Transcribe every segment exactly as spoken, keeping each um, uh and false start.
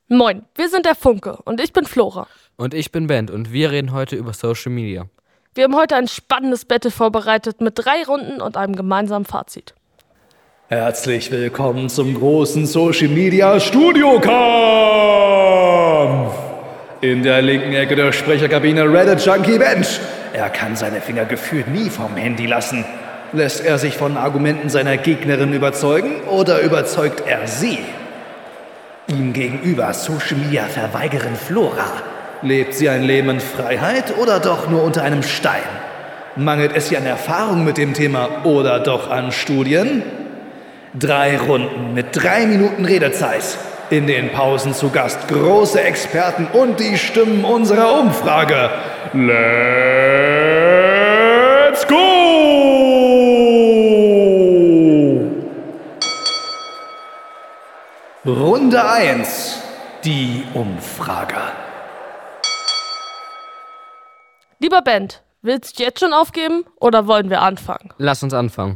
Moin, wir sind der Funke und ich bin Flora. Und ich bin Bent und wir reden heute über Social Media. Wir haben heute ein spannendes Battle vorbereitet mit drei Runden und einem gemeinsamen Fazit. Herzlich willkommen zum großen Social Media Studiokampf! In der linken Ecke der Sprecherkabine Reddit Junkie Bench. Er kann seine Finger gefühlt nie vom Handy lassen. Lässt er sich von Argumenten seiner Gegnerin überzeugen oder überzeugt er sie? Ihm gegenüber Social Media Verweigerin Flora. Lebt sie ein Leben in Freiheit oder doch nur unter einem Stein? Mangelt es ihr an Erfahrung mit dem Thema oder doch an Studien? Drei Runden mit drei Minuten Redezeit. In den Pausen zu Gast große Experten und die Stimmen unserer Umfrage. Let's go! Runde eins. Die Umfrage. Lieber Bent, willst du jetzt schon aufgeben oder wollen wir anfangen? Lass uns anfangen.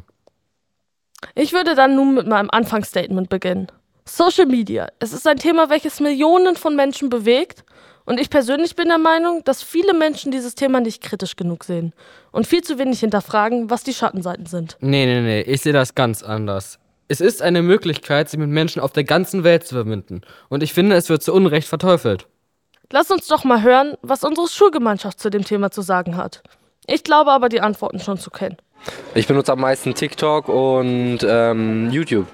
Ich würde dann nun mit meinem Anfangsstatement beginnen. Social Media. Es ist ein Thema, welches Millionen von Menschen bewegt. Und ich persönlich bin der Meinung, dass viele Menschen dieses Thema nicht kritisch genug sehen. Und viel zu wenig hinterfragen, was die Schattenseiten sind. Nee, nee, nee, ich sehe das ganz anders. Es ist eine Möglichkeit, sich mit Menschen auf der ganzen Welt zu verbinden. Und ich finde, es wird zu Unrecht verteufelt. Lass uns doch mal hören, was unsere Schulgemeinschaft zu dem Thema zu sagen hat. Ich glaube aber, die Antworten schon zu kennen. Ich benutze am meisten TikTok und ähm, YouTube.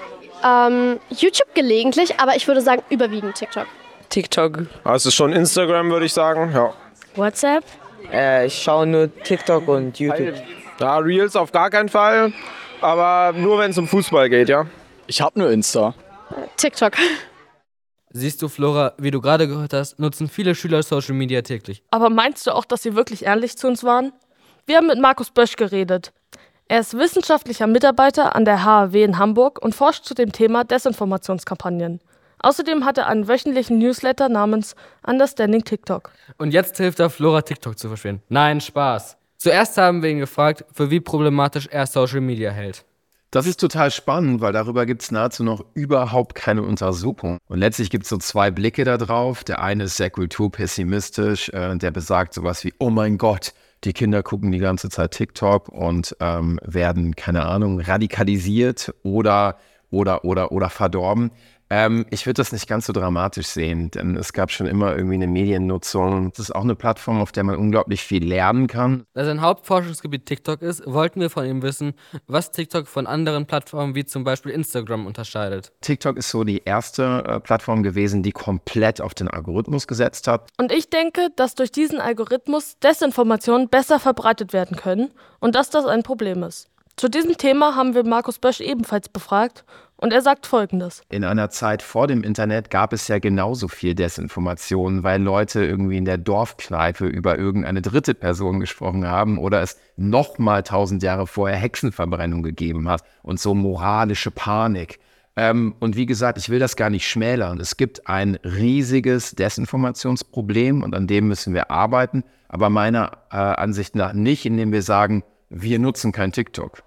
Ähm, YouTube gelegentlich, aber ich würde sagen überwiegend TikTok. TikTok. Also schon Instagram, würde ich sagen, ja. WhatsApp? Äh, ich schaue nur TikTok und YouTube. Ja, Reels auf gar keinen Fall, aber nur wenn es um Fußball geht, ja. Ich habe nur Insta. TikTok. Siehst du, Flora, wie du gerade gehört hast, nutzen viele Schüler Social Media täglich. Aber meinst du auch, dass sie wirklich ehrlich zu uns waren? Wir haben mit Markus Bösch geredet. Er ist wissenschaftlicher Mitarbeiter an der H A W in Hamburg und forscht zu dem Thema Desinformationskampagnen. Außerdem hat er einen wöchentlichen Newsletter namens Understanding TikTok. Und jetzt hilft er Flora, TikTok zu verstehen. Nein, Spaß. Zuerst haben wir ihn gefragt, für wie problematisch er Social Media hält. Das ist total spannend, weil darüber gibt es nahezu noch überhaupt keine Untersuchung. Und letztlich gibt es so zwei Blicke da drauf. Der eine ist sehr kulturpessimistisch, äh, der besagt sowas wie, oh mein Gott, die Kinder gucken die ganze Zeit TikTok und ähm, werden, keine Ahnung, radikalisiert oder, oder, oder, oder verdorben. Ähm, ich würde das nicht ganz so dramatisch sehen, denn es gab schon immer irgendwie eine Mediennutzung. Das ist auch eine Plattform, auf der man unglaublich viel lernen kann. Da sein Hauptforschungsgebiet TikTok ist, wollten wir von ihm wissen, was TikTok von anderen Plattformen wie zum Beispiel Instagram unterscheidet. TikTok ist so die erste äh, Plattform gewesen, die komplett auf den Algorithmus gesetzt hat. Und ich denke, dass durch diesen Algorithmus Desinformationen besser verbreitet werden können und dass das ein Problem ist. Zu diesem Thema haben wir Markus Bösch ebenfalls befragt und er sagt Folgendes. In einer Zeit vor dem Internet gab es ja genauso viel Desinformation, weil Leute irgendwie in der Dorfkneipe über irgendeine dritte Person gesprochen haben oder es nochmal tausend Jahre vorher Hexenverbrennung gegeben hat und so moralische Panik. Ähm, und wie gesagt, ich will das gar nicht schmälern. Es gibt ein riesiges Desinformationsproblem und an dem müssen wir arbeiten, aber meiner äh, Ansicht nach nicht, indem wir sagen, wir nutzen kein TikTok.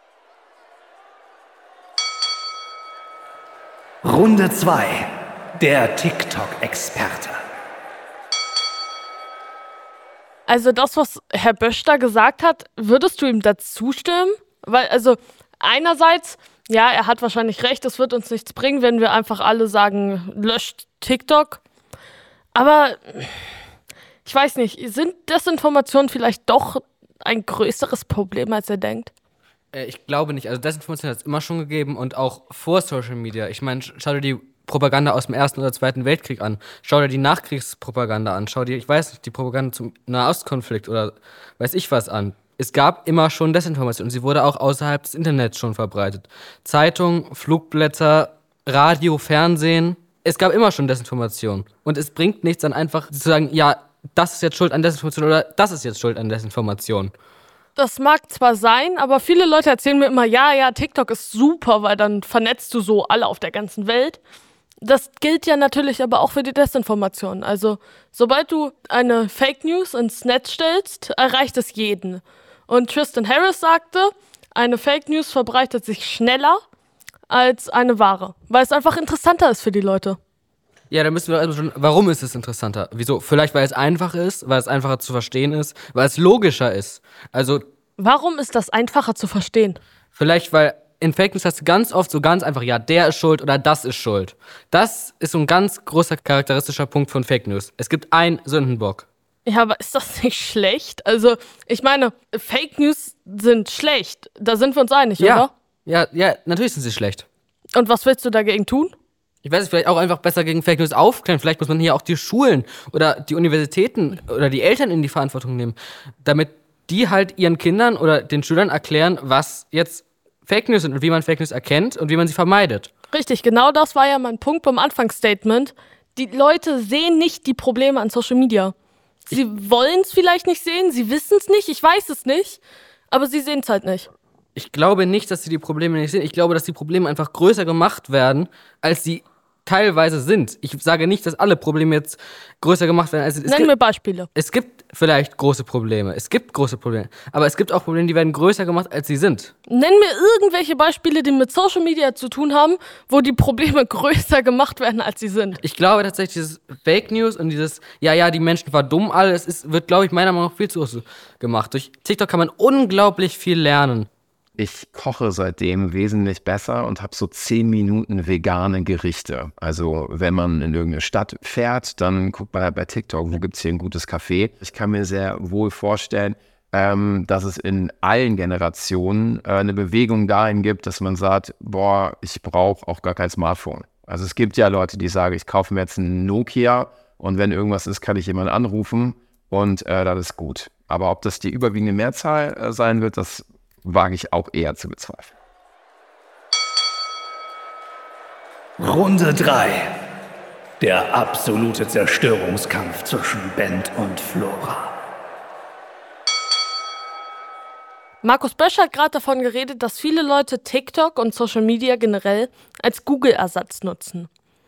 Runde zwei. Der TikTok-Experte. Also das, was Herr Bösch da gesagt hat, würdest du ihm dazu stimmen? Weil, also einerseits, ja, er hat wahrscheinlich recht, es wird uns nichts bringen, wenn wir einfach alle sagen, löscht TikTok. Aber ich weiß nicht, sind Desinformationen vielleicht doch ein größeres Problem, als er denkt? Äh, ich glaube nicht. Also Desinformation hat es immer schon gegeben und auch vor Social Media. Ich meine, schau dir die Propaganda aus dem Ersten oder Zweiten Weltkrieg an. Schau dir die Nachkriegspropaganda an. Schau dir, ich weiß nicht, die Propaganda zum Nahostkonflikt oder weiß ich was an. Es gab immer schon Desinformation und sie wurde auch außerhalb des Internets schon verbreitet. Zeitung, Flugblätter, Radio, Fernsehen. Es gab immer schon Desinformation. Und es bringt nichts dann einfach zu sagen, ja, das ist jetzt schuld an Desinformation oder das ist jetzt schuld an Desinformation. Das mag zwar sein, aber viele Leute erzählen mir immer, ja, ja, TikTok ist super, weil dann vernetzt du so alle auf der ganzen Welt. Das gilt ja natürlich aber auch für die Desinformation. Also, sobald du eine Fake News ins Netz stellst, erreicht es jeden. Und Tristan Harris sagte, eine Fake News verbreitet sich schneller als eine wahre, weil es einfach interessanter ist für die Leute. Ja, dann müssen wir also schon, warum ist es interessanter? Wieso? Vielleicht, weil es einfach ist, weil es einfacher zu verstehen ist, weil es logischer ist. Also, Warum ist das einfacher zu verstehen? vielleicht, weil in Fake News hast du ganz oft so ganz einfach, ja, der ist schuld oder das ist schuld. Das ist so ein ganz großer charakteristischer Punkt von Fake News. Es gibt einen Sündenbock. Ja, aber ist das nicht schlecht? Also, ich meine, Fake News sind schlecht. Da sind wir uns einig, Ja, oder? ja, ja, natürlich sind sie schlecht. Und was willst du dagegen tun? Ich weiß nicht, vielleicht auch einfach besser gegen Fake News aufklären. Vielleicht muss man hier auch die Schulen oder die Universitäten oder die Eltern in die Verantwortung nehmen, damit die halt ihren Kindern oder den Schülern erklären, was jetzt Fake News sind und wie man Fake News erkennt und wie man sie vermeidet. Richtig, genau das war ja mein Punkt beim Anfangsstatement. Die Leute sehen nicht die Probleme an Social Media. Sie wollen es vielleicht nicht sehen, sie wissen es nicht, ich weiß es nicht, aber sie sehen es halt nicht. Ich glaube nicht, dass sie die Probleme nicht sehen. Ich glaube, dass die Probleme einfach größer gemacht werden, als sie teilweise sind. Ich sage nicht, dass alle Probleme jetzt größer gemacht werden. Also es, Nenn gibt, mir Beispiele. es gibt vielleicht große Probleme. Es gibt große Probleme. Aber es gibt auch Probleme, die werden größer gemacht, als sie sind. Nenn mir irgendwelche Beispiele, die mit Social Media zu tun haben, wo die Probleme größer gemacht werden, als sie sind. Ich glaube tatsächlich, dieses Fake News und dieses, ja, ja, die Menschen war dumm, alles ist, wird, glaube ich, meiner Meinung nach viel zu groß gemacht. Durch TikTok kann man unglaublich viel lernen. Ich koche seitdem wesentlich besser und habe so zehn Minuten vegane Gerichte. Also wenn man in irgendeine Stadt fährt, dann guckt man bei TikTok, wo gibt es hier ein gutes Café. Ich kann mir sehr wohl vorstellen, ähm, dass es in allen Generationen äh, eine Bewegung dahin gibt, dass man sagt, boah, ich brauche auch gar kein Smartphone. Also es gibt ja Leute, die sagen, ich kaufe mir jetzt einen Nokia und wenn irgendwas ist, kann ich jemanden anrufen und äh, das ist gut. Aber ob das die überwiegende Mehrzahl äh, sein wird, das wage ich auch eher zu bezweifeln. Runde drei. Der absolute Zerstörungskampf zwischen Bent und Flora. Markus Bösch hat gerade davon geredet, dass viele Leute TikTok und Social Media generell als Google-Ersatz nutzen.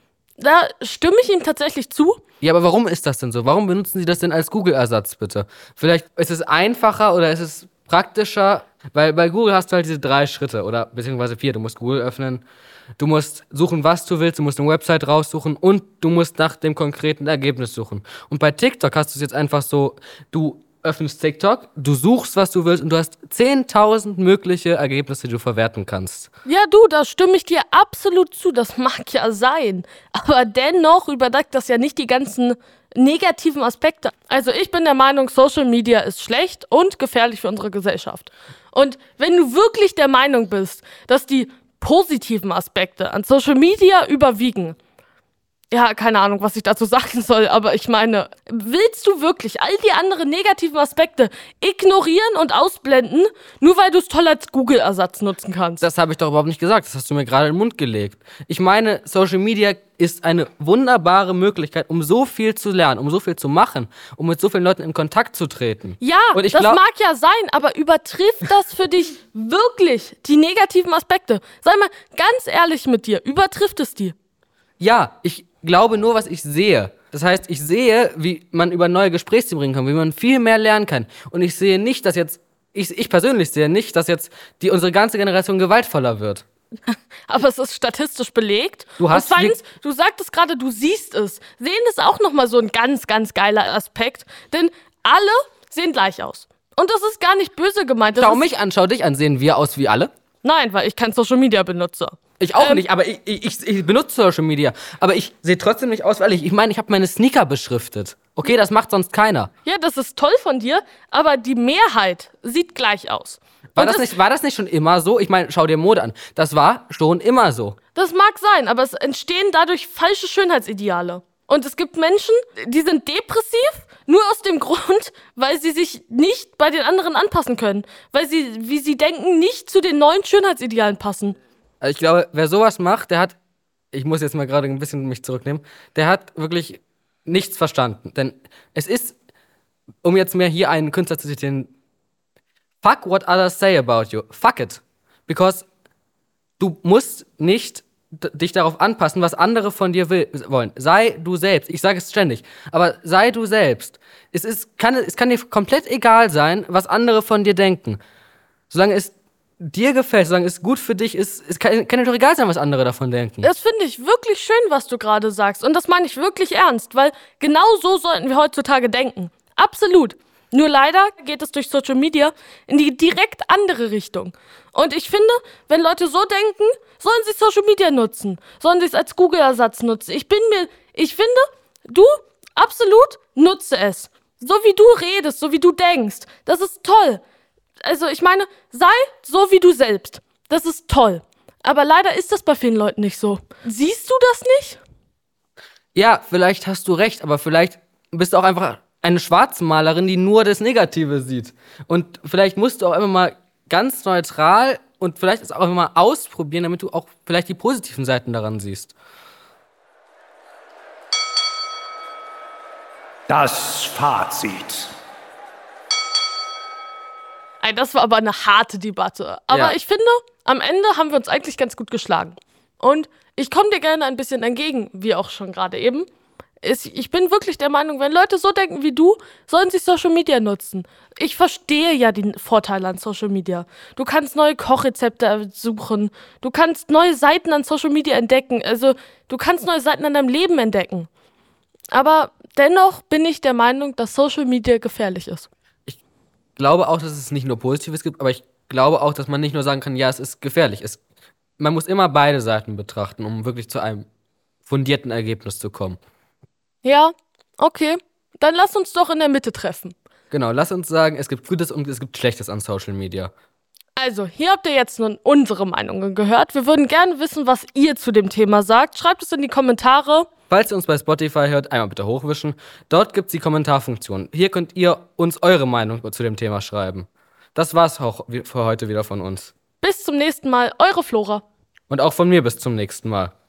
Da stimme ich ihm tatsächlich zu. Ja, aber warum ist das denn so? Warum benutzen sie das denn als Google-Ersatz, bitte? Vielleicht ist es einfacher oder ist es praktischer, weil bei Google hast du halt diese drei Schritte oder beziehungsweise vier. Du musst Google öffnen, du musst suchen, was du willst, du musst eine Website raussuchen und du musst nach dem konkreten Ergebnis suchen. Und bei TikTok hast du es jetzt einfach so, du öffnest TikTok, du suchst, was du willst und du hast zehntausend mögliche Ergebnisse, die du verwerten kannst. Ja, du, da stimme ich dir absolut zu. Das mag ja sein. Aber dennoch überdeckt das ja nicht die ganzen negativen Aspekte. Also ich bin der Meinung, Social Media ist schlecht und gefährlich für unsere Gesellschaft. Und wenn du wirklich der Meinung bist, dass die positiven Aspekte an Social Media überwiegen, ja, keine Ahnung, was ich dazu sagen soll, aber ich meine, willst du wirklich all die anderen negativen Aspekte ignorieren und ausblenden, nur weil du es toll als Google-Ersatz nutzen kannst? Das habe ich doch überhaupt nicht gesagt, das hast du mir gerade in den Mund gelegt. Ich meine, Social Media ist eine wunderbare Möglichkeit, um so viel zu lernen, um so viel zu machen, um mit so vielen Leuten in Kontakt zu treten. Ja, und ich das glaub, mag ja sein, aber übertrifft das für dich wirklich die negativen Aspekte? Sei mal ganz ehrlich mit dir, übertrifft es die? Ja, ich glaube nur, was ich sehe. Das heißt, ich sehe, wie man über neue Gesprächsthemen bringen kann, wie man viel mehr lernen kann. Und ich sehe nicht, dass jetzt, ich, ich persönlich sehe nicht, dass jetzt die, unsere ganze Generation gewaltvoller wird. Aber es ist statistisch belegt. Du hast und zweitens, du sagtest gerade, du siehst es. Sehen ist auch nochmal so ein ganz, ganz geiler Aspekt. Denn alle sehen gleich aus. Und das ist gar nicht böse gemeint. Das Schau ist, mich an, schau dich an. Sehen wir aus wie alle? Nein, weil ich kein Social Media benutze. Ich auch Ähm, nicht, aber ich, ich, ich benutze Social Media. Aber ich sehe trotzdem nicht aus, weil ich, ich meine, ich habe meine Sneaker beschriftet. Okay, das macht sonst keiner. Ja, das ist toll von dir, aber die Mehrheit sieht gleich aus. War Und das, nicht, war das nicht schon immer so? Ich meine, schau dir Mode an. Das war schon immer so. Das mag sein, aber es entstehen dadurch falsche Schönheitsideale. Und es gibt Menschen, die sind depressiv, nur aus dem Grund, weil sie sich nicht bei den anderen anpassen können. Weil sie, wie sie denken, nicht zu den neuen Schönheitsidealen passen. Also ich glaube, wer sowas macht, der hat, ich muss jetzt mal gerade ein bisschen mich zurücknehmen, der hat wirklich nichts verstanden. Denn es ist, um jetzt mehr hier einen Künstler zu zitieren, fuck what others say about you. Fuck it. Because du musst nicht d- dich darauf anpassen, was andere von dir will, wollen. Sei du selbst. Ich sage es ständig. Aber sei du selbst. Es, ist, kann, es kann dir komplett egal sein, was andere von dir denken. Solange es dir gefällt, sagen, ist gut für dich, ist, ist kann, kann dir doch egal sein, was andere davon denken. Das finde ich wirklich schön, was du gerade sagst. Und das meine ich wirklich ernst, weil genau so sollten wir heutzutage denken. Absolut. Nur leider geht es durch Social Media in die direkt andere Richtung. Und ich finde, wenn Leute so denken, sollen sie Social Media nutzen. Sollen sie es als Google-Ersatz nutzen. Ich bin mir, ich finde, du, absolut, nutze es. So wie du redest, so wie du denkst. Das ist toll. Also ich meine, sei so wie du selbst. Das ist toll. Aber leider ist das bei vielen Leuten nicht so. Siehst du das nicht? Ja, vielleicht hast du recht, aber vielleicht bist du auch einfach eine Schwarzmalerin, die nur das Negative sieht. Und vielleicht musst du auch immer mal ganz neutral und vielleicht es auch immer mal ausprobieren, damit du auch vielleicht die positiven Seiten daran siehst. Das Fazit. Ey, das war aber eine harte Debatte. Aber Ja. ich finde, am Ende haben wir uns eigentlich ganz gut geschlagen. Und ich komme dir gerne ein bisschen entgegen, wie auch schon gerade eben. Ich ich bin wirklich der Meinung, wenn Leute so denken wie du, sollen sie Social Media nutzen. Ich verstehe ja die Vorteile an Social Media. Du kannst neue Kochrezepte suchen. Du kannst neue Seiten an Social Media entdecken. Also, du kannst neue Seiten an deinem Leben entdecken. Aber dennoch bin ich der Meinung, dass Social Media gefährlich ist. Ich glaube auch, dass es nicht nur Positives gibt, aber ich glaube auch, dass man nicht nur sagen kann, ja, es ist gefährlich. Es, man muss immer beide Seiten betrachten, um wirklich zu einem fundierten Ergebnis zu kommen. Ja, okay. Dann lass uns doch in der Mitte treffen. Genau, lass uns sagen, es gibt Gutes und es gibt Schlechtes an Social Media. Also, hier habt ihr jetzt nun unsere Meinungen gehört. Wir würden gerne wissen, was ihr zu dem Thema sagt. Schreibt es in die Kommentare. Falls ihr uns bei Spotify hört, einmal bitte hochwischen. Dort gibt es die Kommentarfunktion. Hier könnt ihr uns eure Meinung zu dem Thema schreiben. Das war's auch für heute wieder von uns. Bis zum nächsten Mal, eure Flora. Und auch von mir bis zum nächsten Mal.